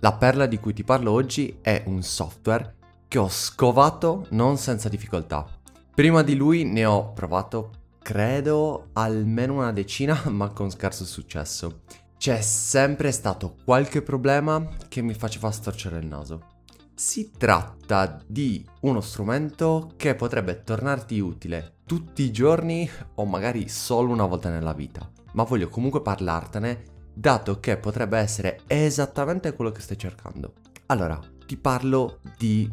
La perla di cui ti parlo oggi è un software che ho scovato non senza difficoltà. Prima di lui ne ho provato, credo, almeno una decina, ma con scarso successo. C'è sempre stato qualche problema che mi faceva storcere il naso. Si tratta di uno strumento che potrebbe tornarti utile tutti i giorni o magari solo una volta nella vita, ma voglio comunque parlartene dato che potrebbe essere esattamente quello che stai cercando. Allora, ti parlo di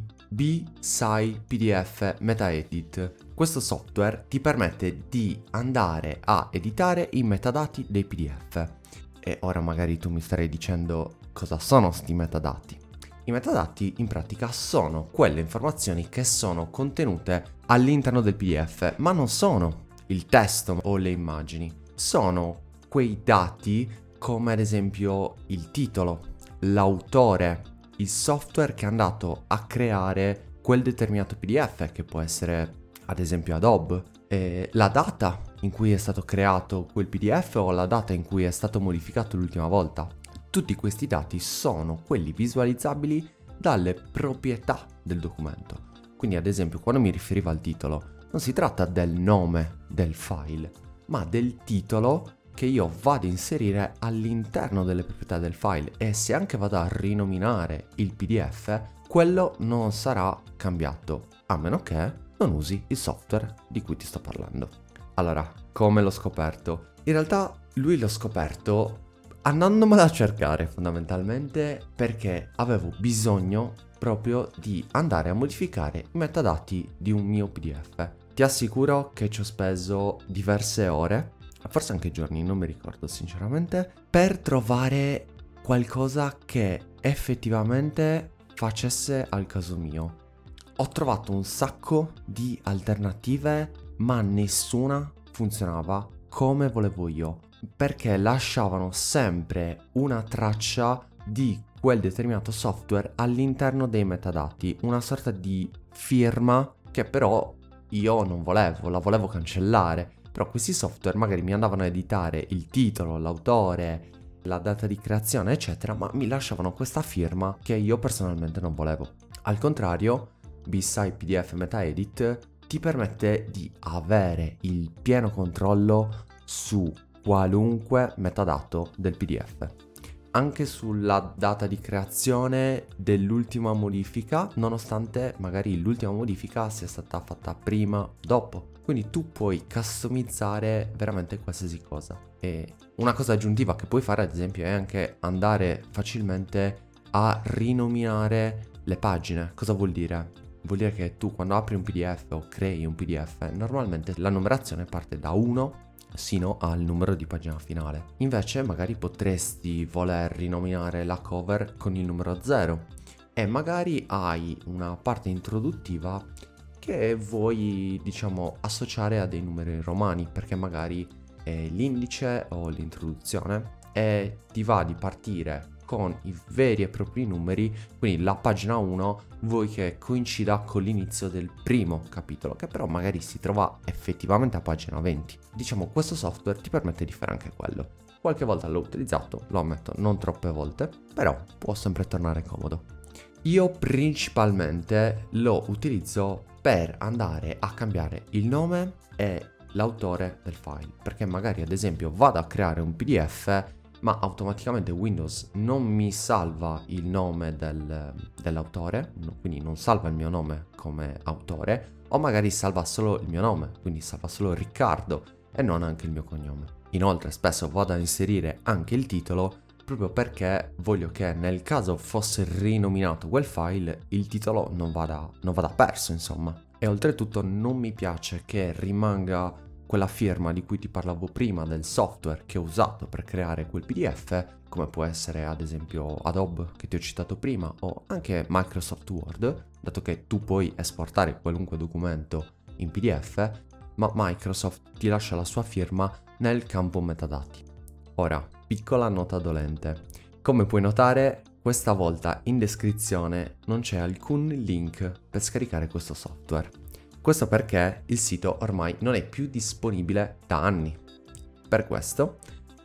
BSci-PDF MetaEdit. Questo software ti permette di andare a editare i metadati dei PDF. E ora magari tu mi starei dicendo cosa sono sti metadati. I metadati in pratica sono quelle informazioni che sono contenute all'interno del PDF, ma non sono il testo o le immagini, sono quei dati come ad esempio il titolo, l'autore, il software che è andato a creare quel determinato PDF, che può essere ad esempio Adobe, la data in cui è stato creato quel PDF o la data in cui è stato modificato l'ultima volta. Tutti questi dati sono quelli visualizzabili dalle proprietà del documento. Quindi ad esempio quando mi riferivo al titolo, non si tratta del nome del file, ma del titolo che io vado a inserire all'interno delle proprietà del file, e se anche vado a rinominare il PDF, quello non sarà cambiato, a meno che non usi il software di cui ti sto parlando. Allora, come l'ho scoperto? In realtà lui l'ho scoperto andandomela a cercare, fondamentalmente perché avevo bisogno proprio di andare a modificare i metadati di un mio PDF. Ti assicuro che ci ho speso diverse ore, forse anche giorni, non mi ricordo sinceramente, per trovare qualcosa che effettivamente facesse al caso mio. Ho trovato un sacco di alternative, ma nessuna funzionava come volevo io, perché lasciavano sempre una traccia di quel determinato software all'interno dei metadati, una sorta di firma che però io non volevo, la volevo cancellare. Però questi software magari mi andavano a editare il titolo, l'autore, la data di creazione, eccetera, ma mi lasciavano questa firma che io personalmente non volevo. Al contrario, BSci-PDF MetaEdit ti permette di avere il pieno controllo su qualunque metadato del PDF. Anche sulla data di creazione dell'ultima modifica, nonostante magari l'ultima modifica sia stata fatta prima o dopo. Quindi tu puoi customizzare veramente qualsiasi cosa. E una cosa aggiuntiva che puoi fare ad esempio è anche andare facilmente a rinominare le pagine. Cosa vuol dire? Vuol dire che tu quando apri un PDF o crei un PDF, normalmente la numerazione parte da 1 sino al numero di pagina finale. Invece magari potresti voler rinominare la cover con il numero 0 e magari hai una parte introduttiva che vuoi, diciamo, associare a dei numeri romani, perché magari è l'indice o l'introduzione e ti va di partire con i veri e propri numeri, quindi la pagina 1 vuoi che coincida con l'inizio del primo capitolo, che però magari si trova effettivamente a pagina 20. Diciamo, questo software ti permette di fare anche quello. Qualche volta l'ho utilizzato, lo ammetto, non troppe volte, però può sempre tornare comodo. Io principalmente lo utilizzo per andare a cambiare il nome e l'autore del file, perché magari ad esempio vado a creare un PDF ma automaticamente Windows non mi salva il nome dell'autore, quindi non salva il mio nome come autore, o magari salva solo il mio nome, quindi salva solo Riccardo e non anche il mio cognome. Inoltre spesso vado a inserire anche il titolo proprio perché voglio che nel caso fosse rinominato quel file il titolo non vada perso, insomma. E oltretutto non mi piace che rimanga quella firma di cui ti parlavo prima del software che ho usato per creare quel PDF, come può essere ad esempio Adobe che ti ho citato prima, o anche Microsoft Word, dato che tu puoi esportare qualunque documento in PDF, ma Microsoft ti lascia la sua firma nel campo metadati. Ora, piccola nota dolente. Come puoi notare, questa volta in descrizione non c'è alcun link per scaricare questo software. Questo perché il sito ormai non è più disponibile da anni. Per questo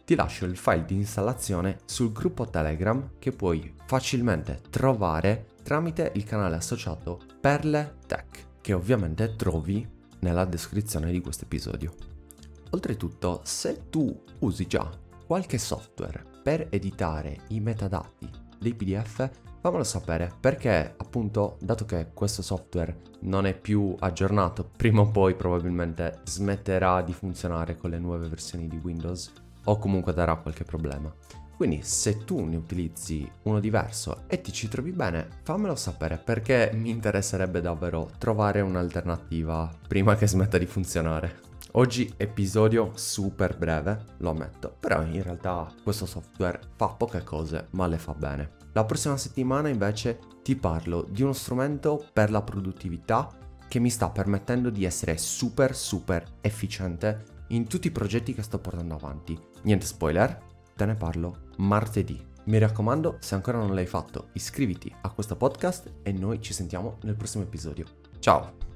ti lascio il file di installazione sul gruppo Telegram che puoi facilmente trovare tramite il canale associato Perle Tech, che ovviamente trovi nella descrizione di questo episodio. Oltretutto, se tu usi già qualche software per editare i metadati dei PDF, fammelo sapere, perché appunto, dato che questo software non è più aggiornato, prima o poi probabilmente smetterà di funzionare con le nuove versioni di Windows o comunque darà qualche problema. Quindi se tu ne utilizzi uno diverso e ti ci trovi bene, fammelo sapere, perché mi interesserebbe davvero trovare un'alternativa prima che smetta di funzionare. Oggi episodio super breve, lo ammetto, però in realtà questo software fa poche cose, ma le fa bene. La prossima settimana invece ti parlo di uno strumento per la produttività che mi sta permettendo di essere super efficiente in tutti i progetti che sto portando avanti. Niente spoiler, te ne parlo martedì. Mi raccomando, se ancora non l'hai fatto, iscriviti a questo podcast e noi ci sentiamo nel prossimo episodio. Ciao!